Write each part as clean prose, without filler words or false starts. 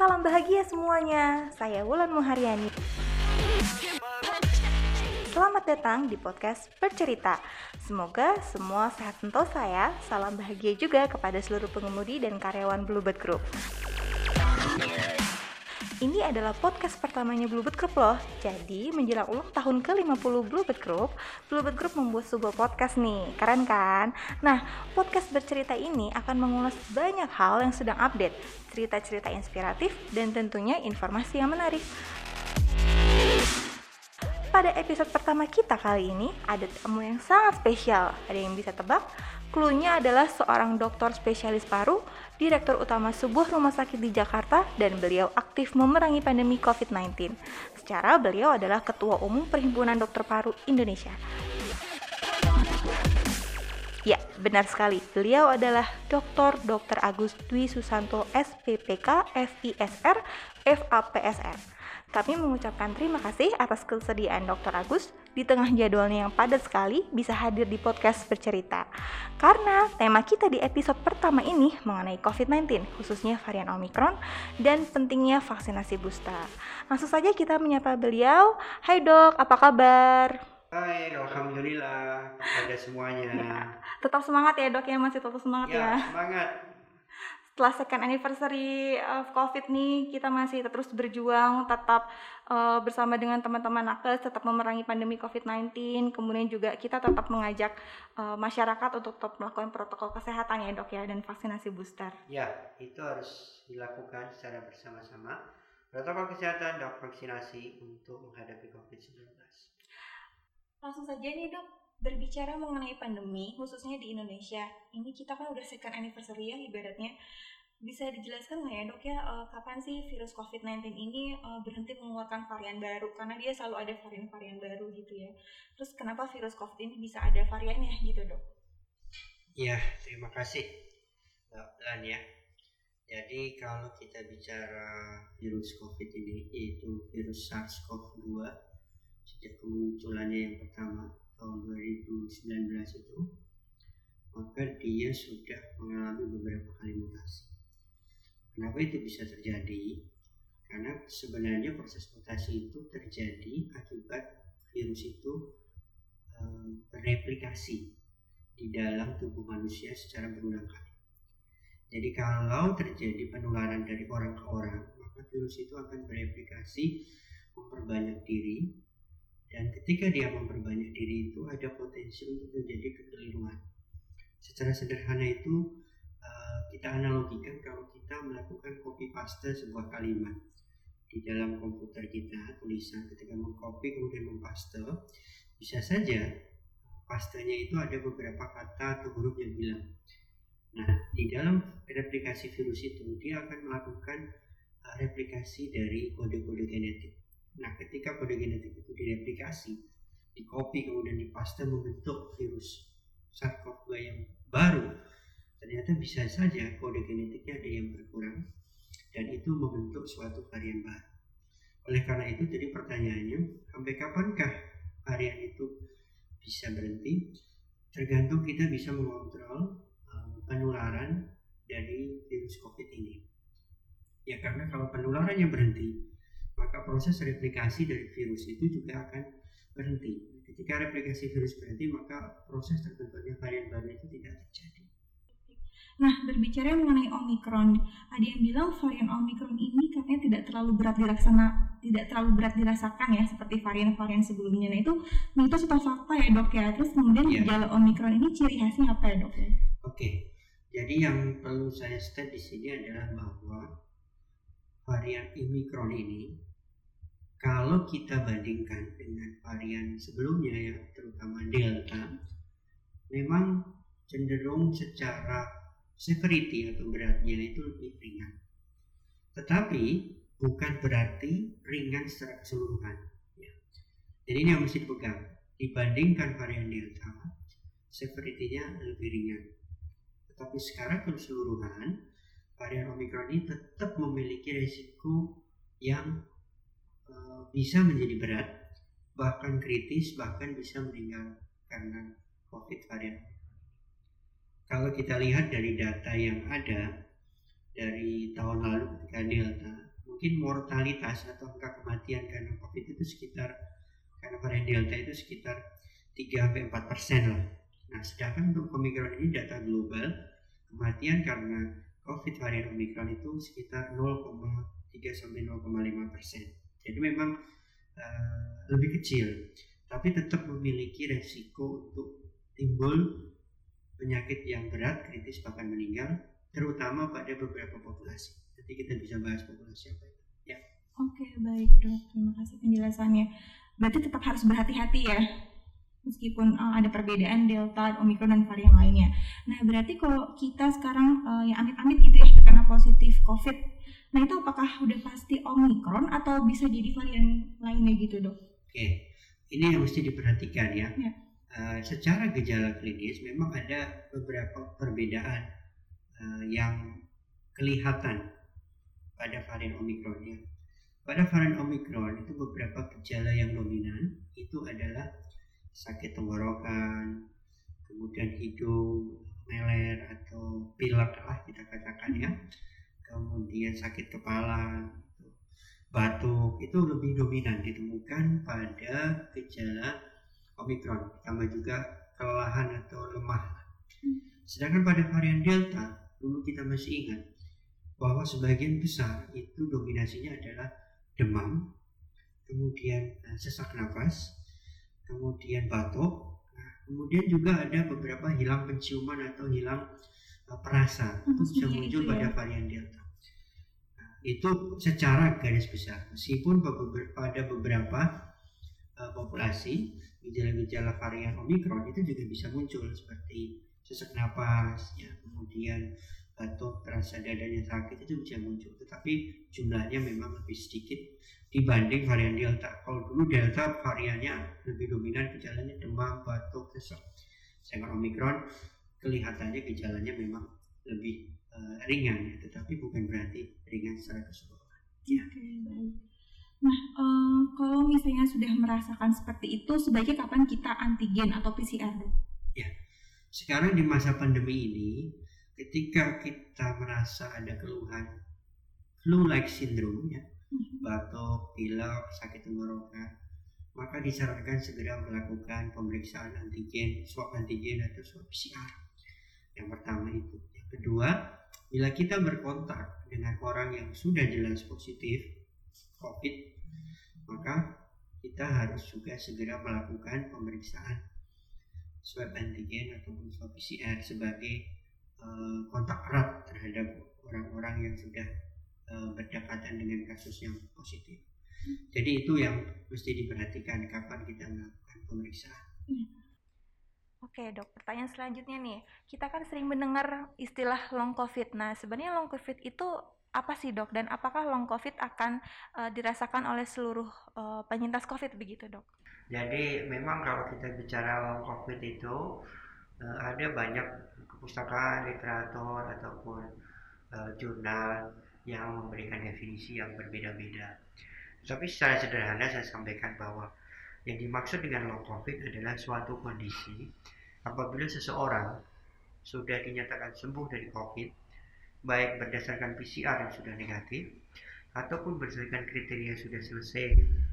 Salam bahagia semuanya, saya Wulan Muharyani. Selamat datang di podcast Bercerita. Semoga semua sehat sentosa ya. Salam bahagia juga kepada seluruh pengemudi dan karyawan Bluebird Group. Ini adalah podcast pertamanya Bluebird Group loh. Jadi menjelang ulang tahun ke-50 Bluebird Group membuat sebuah podcast nih. Keren kan? Nah, podcast Bercerita ini akan mengulas banyak hal yang sedang update, cerita-cerita inspiratif, dan tentunya informasi yang menarik. Pada episode pertama kita kali ini, ada tamu yang sangat spesial. Ada yang bisa tebak? Cluenya adalah seorang dokter spesialis paru, direktur utama sebuah rumah sakit di Jakarta, dan beliau aktif memerangi pandemi COVID-19. Secara beliau adalah Ketua Umum Perhimpunan Dokter Paru Indonesia. Ya, benar sekali. Beliau adalah Dr. Agus Dwi Susanto SPPK, FISR, FAPSR. Kami mengucapkan terima kasih atas kesediaan Dr. Agus di tengah jadwalnya yang padat sekali bisa hadir di podcast Bercerita. Karena tema kita di episode pertama ini mengenai COVID-19, khususnya varian Omicron dan pentingnya vaksinasi booster. Langsung saja kita menyapa beliau. Hai Dok, apa kabar? Hai, alhamdulillah pada semuanya. Ya, tetap semangat ya Dok ya, masih tetap semangat ya. Semangat. Setelah second anniversary of COVID nih, kita masih terus berjuang, tetap bersama dengan teman-teman nakes, tetap memerangi pandemi COVID-19. Kemudian juga kita tetap mengajak masyarakat untuk tetap melakukan protokol kesehatan ya Dok ya, dan vaksinasi booster. Ya, itu harus dilakukan secara bersama-sama. Protokol kesehatan dan vaksinasi untuk menghadapi COVID-19. Langsung saja nih Dok, berbicara mengenai pandemi, khususnya di Indonesia. Ini kita kan udah second anniversary ya ibaratnya. Bisa dijelaskan nggak ya Dok ya, kapan sih virus COVID-19 ini berhenti mengeluarkan varian baru? Karena dia selalu ada varian-varian baru gitu ya. Terus kenapa virus COVID ini bisa ada variannya gitu Dok? Ya, terima kasih Mbak Lan ya. Jadi kalau kita bicara virus COVID ini, yaitu virus SARS-CoV-2, sejak kemunculannya yang pertama tahun 2019 itu, maka dia sudah mengalami beberapa kali mutasi. Kenapa itu bisa terjadi? Karena sebenarnya proses mutasi itu terjadi akibat virus itu bereplikasi di dalam tubuh manusia secara berulang kali. Jadi kalau terjadi penularan dari orang ke orang, maka virus itu akan bereplikasi, memperbanyak diri, dan ketika dia memperbanyak diri itu ada potensi untuk terjadi kekeliruan. Secara sederhana itu kita analogikan kalau kita melakukan copy paste sebuah kalimat di dalam komputer kita, tulisan ketika mengcopy kemudian mempaste, bisa saja pastenya itu ada beberapa kata atau huruf yang hilang. Nah, di dalam replikasi virus itu dia akan melakukan replikasi dari kode-kode genetik. Nah, ketika kode genetik itu direplikasi, di-copy kemudian dipaste membentuk virus SARS-CoV-2 yang baru, ternyata bisa saja kode genetiknya ada yang berkurang dan itu membentuk suatu varian baru. Oleh karena itu, jadi pertanyaannya, sampai kapankah varian itu bisa berhenti? Tergantung kita bisa mengontrol penularan dari virus COVID ini. Ya, karena kalau penularannya berhenti, maka proses replikasi dari virus itu juga akan berhenti. Ketika replikasi virus berhenti, maka proses terbentuknya varian baru itu tidak terjadi. Nah, berbicara mengenai Omicron, ada yang bilang varian Omicron ini katanya tidak terlalu berat dirasakan ya seperti varian-varian sebelumnya. Nah, itu mitos atau fakta ya Dok ya? Terus kemudian gejala Omicron ini ciri khasnya apa ya Dok ya? Oke. Jadi yang perlu saya state di sini adalah bahwa varian Omicron ini kalau kita bandingkan dengan varian sebelumnya ya, terutama Delta, memang cenderung secara severity atau beratnya itu lebih ringan. Tetapi bukan berarti ringan secara keseluruhan. Ya. Jadi ini yang mesti dipegang. Dibandingkan varian Delta, severity-nya lebih ringan. Tetapi secara keseluruhan, varian Omicron ini tetap memiliki risiko yang bisa menjadi berat, bahkan kritis, bahkan bisa meninggal karena COVID varian. Kalau kita lihat dari data yang ada dari tahun lalu ketika Delta, mungkin mortalitas atau angka kematian karena COVID itu sekitar, karena varian Delta itu sekitar 3-4% lah. Nah, sedangkan untuk Omicron ini data global, kematian karena COVID varian Omicron itu sekitar 0,3-0,5%. Jadi memang lebih kecil, tapi tetap memiliki resiko untuk timbul penyakit yang berat, kritis, bahkan meninggal, terutama pada beberapa populasi. Nanti kita bisa bahas populasi apa itu. Ya. Oke, baik dok, terima kasih penjelasannya. Berarti tetap harus berhati-hati ya, meskipun ada perbedaan Delta, Omicron, dan varian lainnya. Nah, berarti kalau kita sekarang yang amit-amit gitu ya, karena positif COVID, nah itu apakah udah pasti Omicron atau bisa jadi varian lainnya gitu dok? Oke, ini yang mesti diperhatikan ya. Secara gejala klinis memang ada beberapa perbedaan yang kelihatan pada varian Omicron ya. Pada varian Omicron itu beberapa gejala yang dominan itu adalah sakit tenggorokan, kemudian hidung meler atau pilek lah kita katakan ya, kemudian sakit kepala, batuk, itu lebih dominan ditemukan pada gejala Omicron, tambah juga kelelahan atau lemah. Sedangkan pada varian Delta, dulu kita masih ingat bahwa sebagian besar itu dominasinya adalah demam, kemudian sesak nafas, kemudian batuk, kemudian juga ada beberapa hilang penciuman atau hilang perasa, itu bisa muncul pada varian Delta. Itu secara garis besar, meskipun pada beberapa populasi gejala-gejala varian Omicron itu juga bisa muncul seperti sesak napas ya, kemudian batuk, terasa dadanya sakit, itu bisa muncul, tetapi jumlahnya memang lebih sedikit dibanding varian Delta. Kalau dulu Delta variannya lebih dominan gejalanya demam, batuk, sesak, sedangkan Omicron kelihatannya gejalanya memang lebih ringan, tetapi bukan berarti ringan secara keseluruhan. Ya. Oke, baik. Nah, kalau misalnya sudah merasakan seperti itu, sebaiknya kapan kita antigen atau PCR, dok? Ya, sekarang di masa pandemi ini, ketika kita merasa ada keluhan flu-like syndrome ya, batuk, pilek, sakit tenggorokan, maka disarankan segera melakukan pemeriksaan antigen, swab antigen atau swab PCR. Yang pertama itu. Yang kedua, bila kita berkontak dengan orang yang sudah jelas positif COVID, maka kita harus juga segera melakukan pemeriksaan swab antigen ataupun swab PCR sebagai kontak erat terhadap orang-orang yang sudah berdekatan dengan kasus yang positif. Jadi itu yang mesti diperhatikan kapan kita melakukan pemeriksaan. Oke dok, pertanyaan selanjutnya nih, kita kan sering mendengar istilah long covid. Nah, sebenarnya long covid itu apa sih dok, dan apakah long covid akan dirasakan oleh seluruh penyintas covid begitu dok? Jadi memang kalau kita bicara long covid itu ada banyak kepustakaan, literatur ataupun jurnal yang memberikan definisi yang berbeda-beda. Tapi secara sederhana saya sampaikan bahwa yang dimaksud dengan long covid adalah suatu kondisi apabila seseorang sudah dinyatakan sembuh dari COVID, baik berdasarkan PCR yang sudah negatif ataupun berdasarkan kriteria sudah selesai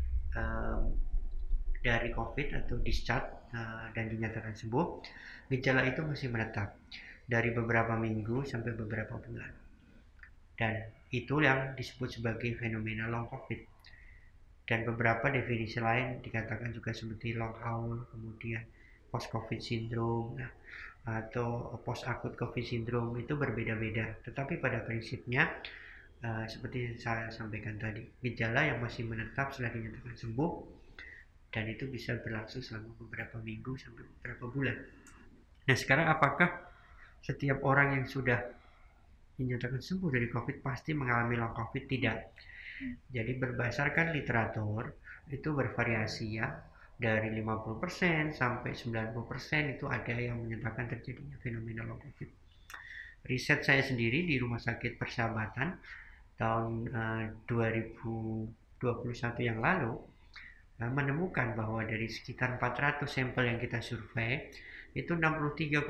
dari COVID atau discharge dan dinyatakan sembuh, gejala itu masih menetap dari beberapa minggu sampai beberapa bulan. Dan itu yang disebut sebagai fenomena long COVID. Dan beberapa definisi lain dikatakan juga seperti long haul, kemudian post-COVID syndrome, atau post-acute COVID syndrome, itu berbeda-beda. Tetapi pada prinsipnya, seperti saya sampaikan tadi, gejala yang masih menetap setelah dinyatakan sembuh, dan itu bisa berlangsung selama beberapa minggu sampai beberapa bulan. Nah, sekarang apakah setiap orang yang sudah dinyatakan sembuh dari COVID pasti mengalami long COVID? Tidak. Jadi berdasarkan literatur itu bervariasi ya, dari 50% sampai 90% itu ada yang menyatakan terjadinya fenomena long COVID. Riset saya sendiri di Rumah Sakit Persahabatan tahun 2021 yang lalu menemukan bahwa dari sekitar 400 sampel yang kita survei, itu 63,5%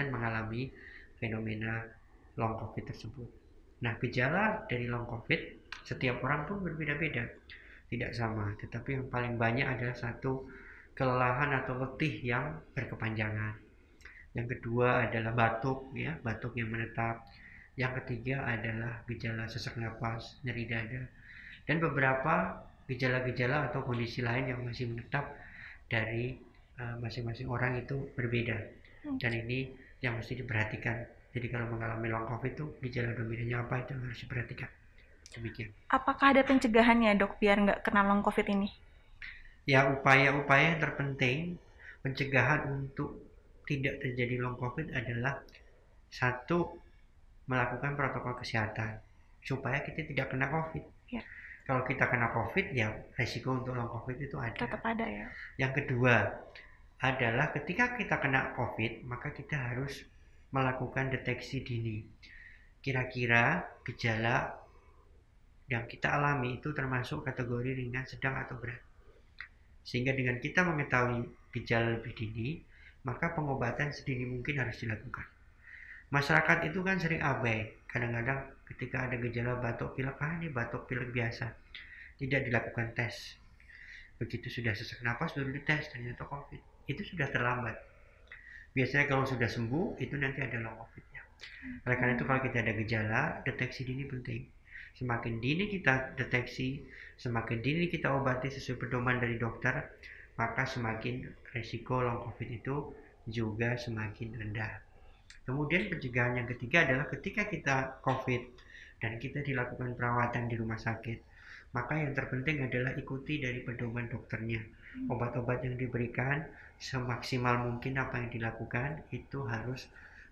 mengalami fenomena long COVID tersebut. Nah, gejala dari long COVID Setiap orang pun berbeda-beda, tidak sama. Tetapi yang paling banyak adalah satu, kelelahan atau letih yang berkepanjangan. Yang kedua adalah batuk, ya, batuk yang menetap. Yang ketiga adalah gejala sesak napas, nyeri dada, dan beberapa gejala-gejala atau kondisi lain yang masih menetap dari masing-masing orang itu berbeda. Dan ini yang mesti diperhatikan. Jadi kalau mengalami long COVID itu gejala dominannya apa itu harus diperhatikan. Demikian. Apakah ada pencegahannya dok biar nggak kena long COVID ini? Ya, upaya-upaya yang terpenting pencegahan untuk tidak terjadi long COVID adalah satu, melakukan protokol kesehatan supaya kita tidak kena COVID. Ya. Kalau kita kena COVID, ya resiko untuk long COVID itu ada. Tetap ada ya. Yang kedua adalah ketika kita kena COVID, maka kita harus melakukan deteksi dini. Kira-kira gejala yang kita alami itu termasuk kategori ringan, sedang, atau berat. Sehingga dengan kita mengetahui gejala lebih dini, maka pengobatan sedini mungkin harus dilakukan. Masyarakat itu kan sering abai. Kadang-kadang ketika ada gejala batuk pilek, ini batuk pilek biasa, tidak dilakukan tes. Begitu sudah sesak napas baru dites, ternyata COVID. Itu sudah terlambat. Biasanya kalau sudah sembuh, itu nanti ada long COVID-nya. Oleh karena itu kalau kita ada gejala, deteksi dini penting. Semakin dini kita deteksi, semakin dini kita obati sesuai pedoman dari dokter, maka semakin resiko long COVID itu juga semakin rendah. Kemudian pencegahan yang ketiga adalah ketika kita COVID dan kita dilakukan perawatan di rumah sakit, maka yang terpenting adalah ikuti dari pedoman dokternya. Obat-obat yang diberikan semaksimal mungkin apa yang dilakukan itu harus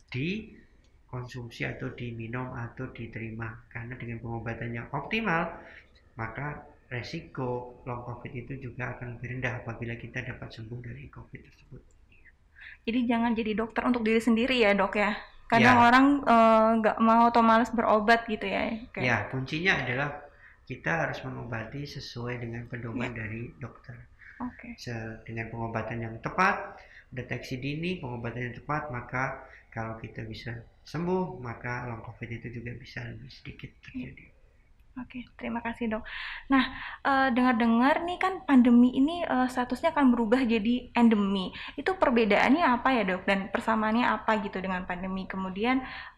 dikonsumsi atau diminum atau diterima. Karena dengan pengobatan yang optimal, maka resiko long COVID itu juga akan lebih rendah apabila kita dapat sembuh dari COVID tersebut. Jadi jangan jadi dokter untuk diri sendiri ya dok ya. Kadang Ya. orang nggak mau atau malas berobat gitu ya. Ya, kuncinya adalah kita harus mengobati sesuai dengan pedoman dari dokter. Dengan pengobatan yang tepat, deteksi dini, pengobatan yang tepat, maka kalau kita bisa sembuh, maka long COVID itu juga bisa lebih sedikit terjadi. Oke, terima kasih dok. Nah, dengar-dengar nih kan pandemi ini statusnya akan berubah jadi endemi. Itu perbedaannya apa ya dok? Dan persamaannya apa gitu dengan pandemi? Kemudian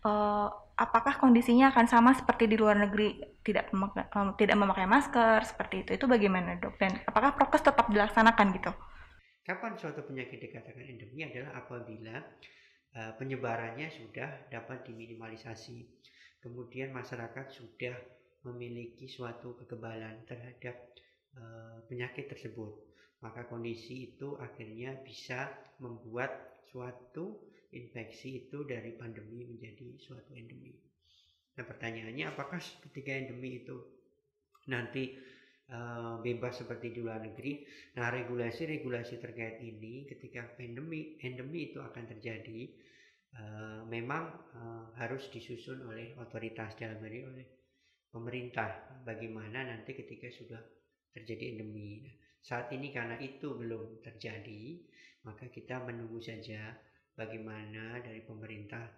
apakah kondisinya akan sama seperti di luar negeri, tidak memakai masker seperti itu? Itu bagaimana dok? Dan apakah prokes tetap dilaksanakan gitu? Kapan suatu penyakit dikatakan endemi adalah apabila penyebarannya sudah dapat diminimalisasi. Kemudian masyarakat sudah memiliki suatu kekebalan terhadap penyakit tersebut, maka kondisi itu akhirnya bisa membuat suatu infeksi itu dari pandemi menjadi suatu endemi. Nah, pertanyaannya apakah ketika endemi itu nanti bebas seperti di luar negeri? Nah, regulasi-regulasi terkait ini ketika endemi itu akan terjadi, memang harus disusun oleh otoritas, dalam hal ini oleh pemerintah, bagaimana nanti ketika sudah terjadi endemi. Nah, saat ini karena itu belum terjadi, maka kita menunggu saja bagaimana dari pemerintah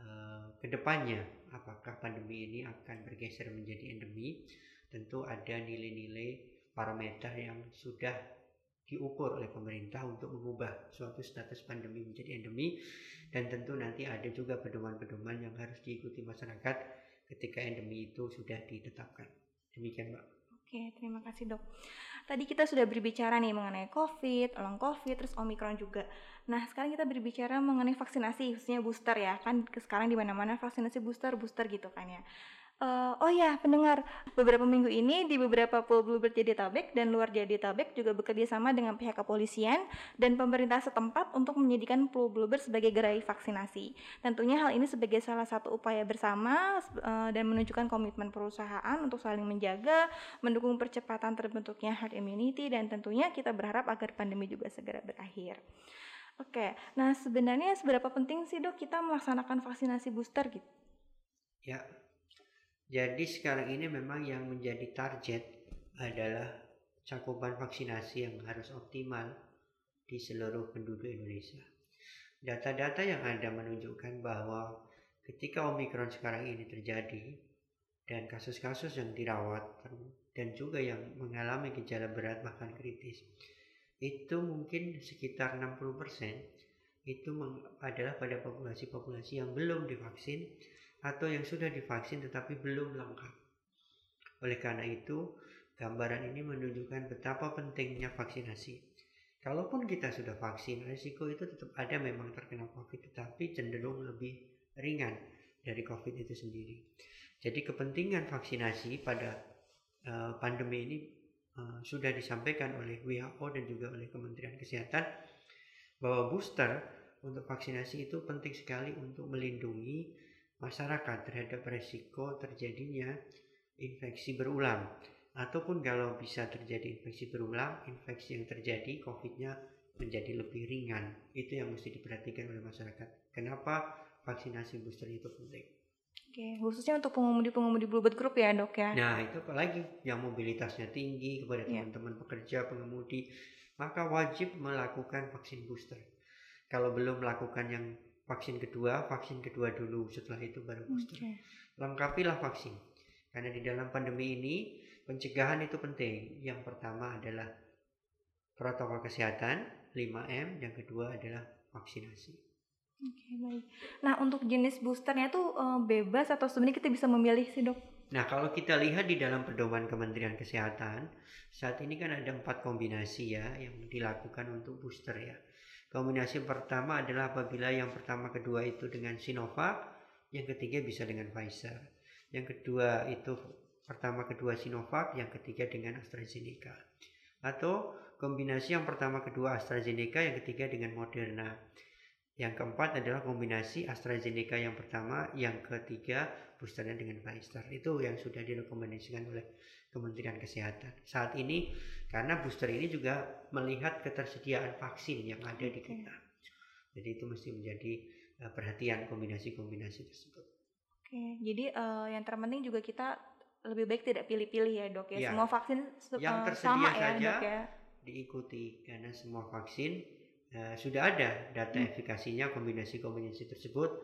ke depannya, apakah pandemi ini akan bergeser menjadi endemi. Tentu ada nilai-nilai parameter yang sudah diukur oleh pemerintah untuk mengubah suatu status pandemi menjadi endemi, dan tentu nanti ada juga pedoman-pedoman yang harus diikuti masyarakat ketika endemi itu sudah ditetapkan. Demikian, Mbak. Oke, terima kasih dok. Tadi kita sudah berbicara nih mengenai COVID, long COVID, terus Omicron juga. Nah, sekarang kita berbicara mengenai vaksinasi, khususnya booster ya. Kan sekarang di mana-mana vaksinasi booster gitu kan ya. Oh ya, pendengar, beberapa minggu ini di beberapa Pulau Bluebird Jadetabek dan luar Jadetabek juga bekerja sama dengan pihak kepolisian dan pemerintah setempat untuk menyediakan Pulau Bluebird sebagai gerai vaksinasi. Tentunya hal ini sebagai salah satu upaya bersama dan menunjukkan komitmen perusahaan untuk saling menjaga, mendukung percepatan terbentuknya herd immunity, dan tentunya kita berharap agar pandemi juga segera berakhir. Oke, nah sebenarnya seberapa penting sih dok kita melaksanakan vaksinasi booster gitu? Ya, jadi sekarang ini memang yang menjadi target adalah cakupan vaksinasi yang harus optimal di seluruh penduduk Indonesia. Data-data yang ada menunjukkan bahwa ketika Omicron sekarang ini terjadi, dan kasus-kasus yang dirawat dan juga yang mengalami gejala berat bahkan kritis itu mungkin sekitar 60% itu adalah pada populasi-populasi yang belum divaksin atau yang sudah divaksin tetapi belum lengkap. Oleh karena itu, gambaran ini menunjukkan betapa pentingnya vaksinasi. Kalaupun kita sudah vaksin, risiko itu tetap ada memang terkena COVID, tetapi cenderung lebih ringan dari COVID itu sendiri. Jadi kepentingan vaksinasi pada pandemi ini sudah disampaikan oleh WHO dan juga oleh Kementerian Kesehatan bahwa booster untuk vaksinasi itu penting sekali untuk melindungi masyarakat terhadap risiko terjadinya infeksi berulang. Ataupun kalau bisa terjadi infeksi berulang, infeksi yang terjadi COVID-nya menjadi lebih ringan. Itu yang mesti diperhatikan oleh masyarakat. Kenapa vaksinasi booster itu penting? Oke, khususnya untuk pengemudi-pengemudi Bluebird Group ya dok ya? Nah itu apalagi yang mobilitasnya tinggi kepada teman-teman pekerja, pengemudi, maka wajib melakukan vaksin booster. Kalau belum melakukan yang vaksin kedua dulu, setelah itu baru booster. Lengkapilah vaksin. Karena di dalam pandemi ini pencegahan itu penting. Yang pertama adalah protokol kesehatan 5M, yang kedua adalah vaksinasi. Oke, baik. Nah, untuk jenis boosternya tuh bebas atau sebenarnya kita bisa memilih sih dok? Nah, kalau kita lihat di dalam pedoman Kementerian Kesehatan, saat ini kan ada 4 kombinasi ya yang dilakukan untuk booster ya. Kombinasi pertama adalah apabila yang pertama kedua itu dengan Sinovac, yang ketiga bisa dengan Pfizer. Yang kedua itu pertama kedua Sinovac, yang ketiga dengan AstraZeneca. Atau kombinasi yang pertama kedua AstraZeneca, yang ketiga dengan Moderna. Yang keempat adalah kombinasi AstraZeneca yang pertama, yang ketiga boosternya dengan Pfizer. Itu yang sudah direkomendasikan oleh Kementerian Kesehatan. Saat ini karena booster ini juga melihat ketersediaan vaksin yang ada di kita. Jadi itu mesti menjadi perhatian kombinasi-kombinasi tersebut. Oke, jadi yang terpenting juga kita lebih baik tidak pilih-pilih ya dok ya. Semua vaksin yang tersedia sama saja ya dok ya. Diikuti karena semua vaksin sudah ada data efikasinya. Kombinasi-kombinasi tersebut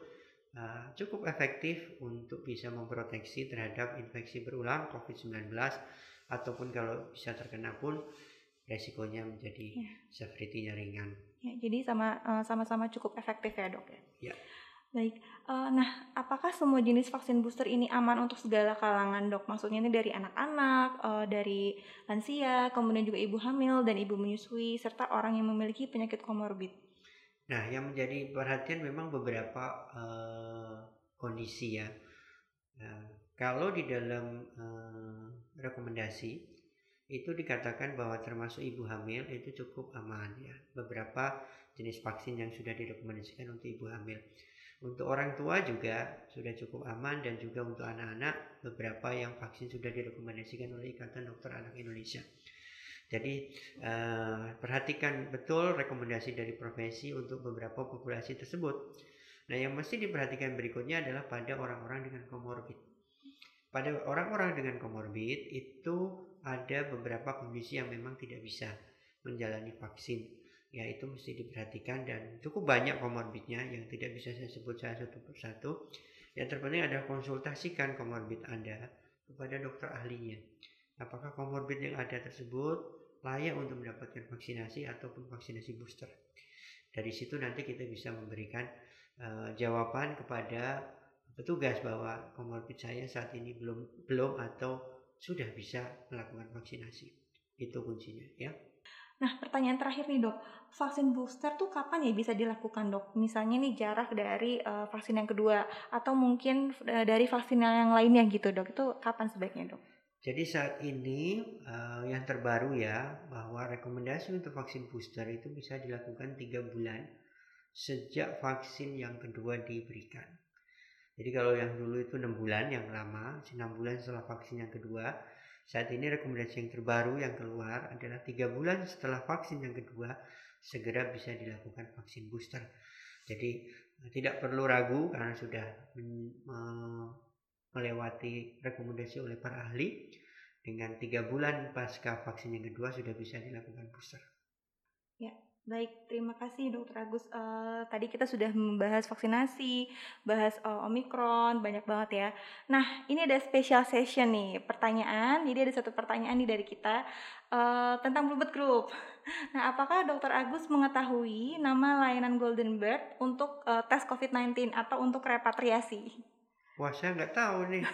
cukup efektif untuk bisa memproteksi terhadap infeksi berulang COVID-19 ataupun kalau bisa terkena pun resikonya menjadi severity-nya ringan. Ya, jadi sama-sama cukup efektif ya dok ya. Ya. Baik, nah apakah semua jenis vaksin booster ini aman untuk segala kalangan dok? Maksudnya ini dari anak-anak, dari lansia, kemudian juga ibu hamil dan ibu menyusui, serta orang yang memiliki penyakit komorbid. Nah, yang menjadi perhatian memang beberapa kondisi ya. Kalau di dalam rekomendasi itu dikatakan bahwa termasuk ibu hamil itu cukup aman ya. Beberapa jenis vaksin yang sudah direkomendasikan untuk ibu hamil. Untuk orang tua juga sudah cukup aman dan juga untuk anak-anak beberapa yang vaksin sudah direkomendasikan oleh Ikatan Dokter Anak Indonesia. Jadi perhatikan betul rekomendasi dari profesi untuk beberapa populasi tersebut. Nah, yang mesti diperhatikan berikutnya adalah pada orang-orang dengan komorbid. Pada orang-orang dengan komorbid itu ada beberapa kondisi yang memang tidak bisa menjalani vaksin. Ya, itu mesti diperhatikan dan cukup banyak komorbidnya yang tidak bisa saya sebut satu persatu. Yang terpenting adalah konsultasikan komorbid Anda kepada dokter ahlinya. Apakah komorbid yang ada tersebut layak untuk mendapatkan vaksinasi ataupun vaksinasi booster. Dari situ nanti kita bisa memberikan jawaban kepada petugas bahwa komorbid saya saat ini belum atau sudah bisa melakukan vaksinasi. Itu kuncinya ya. Nah, pertanyaan terakhir nih dok, vaksin booster tuh kapan ya bisa dilakukan dok? Misalnya nih jarak dari vaksin yang kedua atau mungkin dari vaksin yang lainnya gitu dok, itu kapan sebaiknya dok? Jadi saat ini yang terbaru ya, bahwa rekomendasi untuk vaksin booster itu bisa dilakukan 3 bulan sejak vaksin yang kedua diberikan. Jadi kalau yang dulu itu 6 bulan yang lama, 6 bulan setelah vaksin yang kedua. Saat ini rekomendasi yang terbaru yang keluar adalah 3 bulan setelah vaksin yang kedua segera bisa dilakukan vaksin booster. Jadi tidak perlu ragu karena sudah melewati rekomendasi oleh para ahli. Dengan 3 bulan pasca vaksin yang kedua sudah bisa dilakukan booster. Ya, Baik, terima kasih Dokter Agus. Tadi kita sudah membahas vaksinasi, bahas Omikron, banyak banget ya. Nah, ini ada special session nih, pertanyaan. Jadi ada satu pertanyaan nih dari kita tentang Bluebird Group. Nah, apakah Dokter Agus mengetahui nama layanan Golden Bird untuk tes COVID-19 atau untuk repatriasi? Wah, saya nggak tahu nih.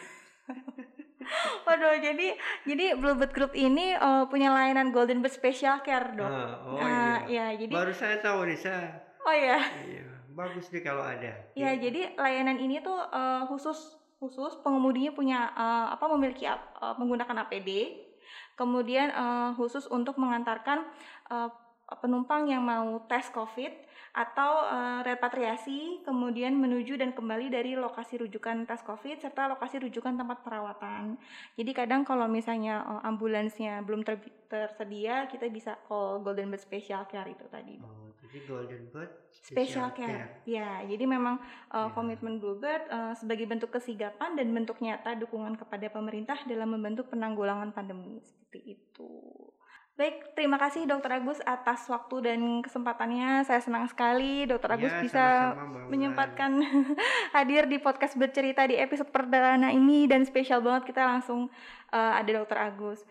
Waduh, jadi Bluebird Group ini punya layanan Golden Bird Special Care, Dok. Oh iya. Ya, jadi Baru saya tahu nih, saya. oh ya. Iya, bagus nih kalau ada. Ya, jadi layanan ini tuh khusus pengemudinya punya memiliki menggunakan APD. Kemudian khusus untuk mengantarkan penumpang yang mau tes COVID atau repatriasi, kemudian menuju dan kembali dari lokasi rujukan tes COVID serta lokasi rujukan tempat perawatan. Jadi kadang kalau misalnya ambulansnya belum tersedia, kita bisa call Golden Bird Special Care itu tadi. Oh, jadi Golden Bird Special Care. Ya, jadi memang komitmen Bluebird sebagai bentuk kesigapan dan bentuk nyata dukungan kepada pemerintah dalam membantu penanggulangan pandemi seperti itu. Baik, terima kasih Dokter Agus atas waktu dan kesempatannya. Saya senang sekali Dokter Agus bisa menyempatkan hadir di podcast bercerita di episode perdana ini, dan spesial banget kita langsung ada Dokter Agus.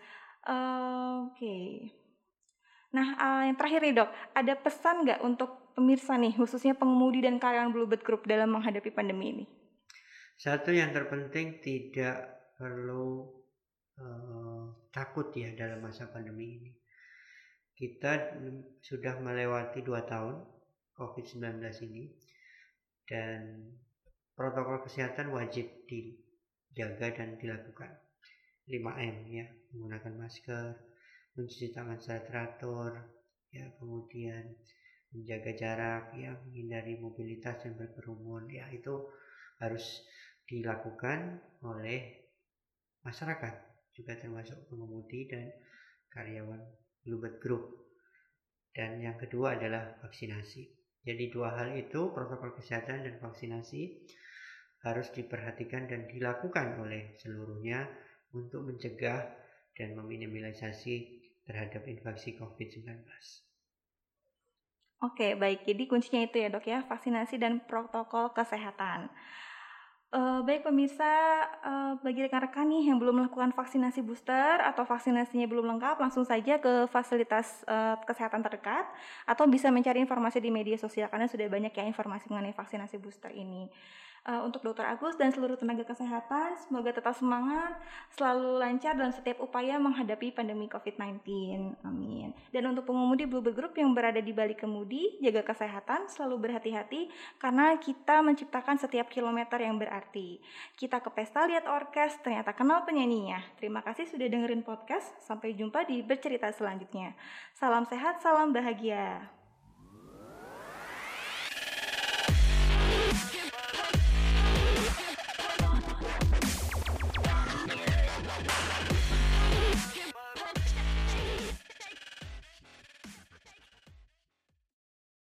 Oke. Nah, yang terakhir nih Dok, ada pesan nggak untuk pemirsa nih, khususnya pengemudi dan karyawan Bluebird Group dalam menghadapi pandemi ini? Satu yang terpenting, tidak perlu takut ya dalam masa pandemi ini. Kita sudah melewati 2 tahun COVID-19 ini, dan protokol kesehatan wajib dijaga dan dilakukan. 5M ya, menggunakan masker, mencuci tangan secara teratur, ya, kemudian menjaga jarak, ya, menghindari mobilitas dan berkerumun, ya, itu harus dilakukan oleh masyarakat, juga termasuk pengemudi dan karyawan Bluebird Group. Dan yang kedua adalah vaksinasi. Jadi dua hal itu, protokol kesehatan dan vaksinasi, harus diperhatikan dan dilakukan oleh seluruhnya untuk mencegah dan meminimalisasi terhadap infeksi COVID-19. Oke, baik. Jadi kuncinya itu ya Dok ya, vaksinasi dan protokol kesehatan. Baik pemirsa, bagi rekan-rekan nih yang belum melakukan vaksinasi booster atau vaksinasinya belum lengkap, langsung saja ke fasilitas kesehatan terdekat atau bisa mencari informasi di media sosial karena sudah banyak ya informasi mengenai vaksinasi booster ini. Untuk Dokter Agus dan seluruh tenaga kesehatan, semoga tetap semangat, selalu lancar dalam setiap upaya menghadapi pandemi COVID-19. Amin. Dan untuk pengemudi Bluebird Group yang berada di balik kemudi, jaga kesehatan, selalu berhati-hati karena kita menciptakan setiap kilometer yang berarti. Kita ke pesta lihat orkes, ternyata kenal penyanyinya. Terima kasih sudah dengerin podcast. Sampai jumpa di bercerita selanjutnya. Salam sehat, salam bahagia.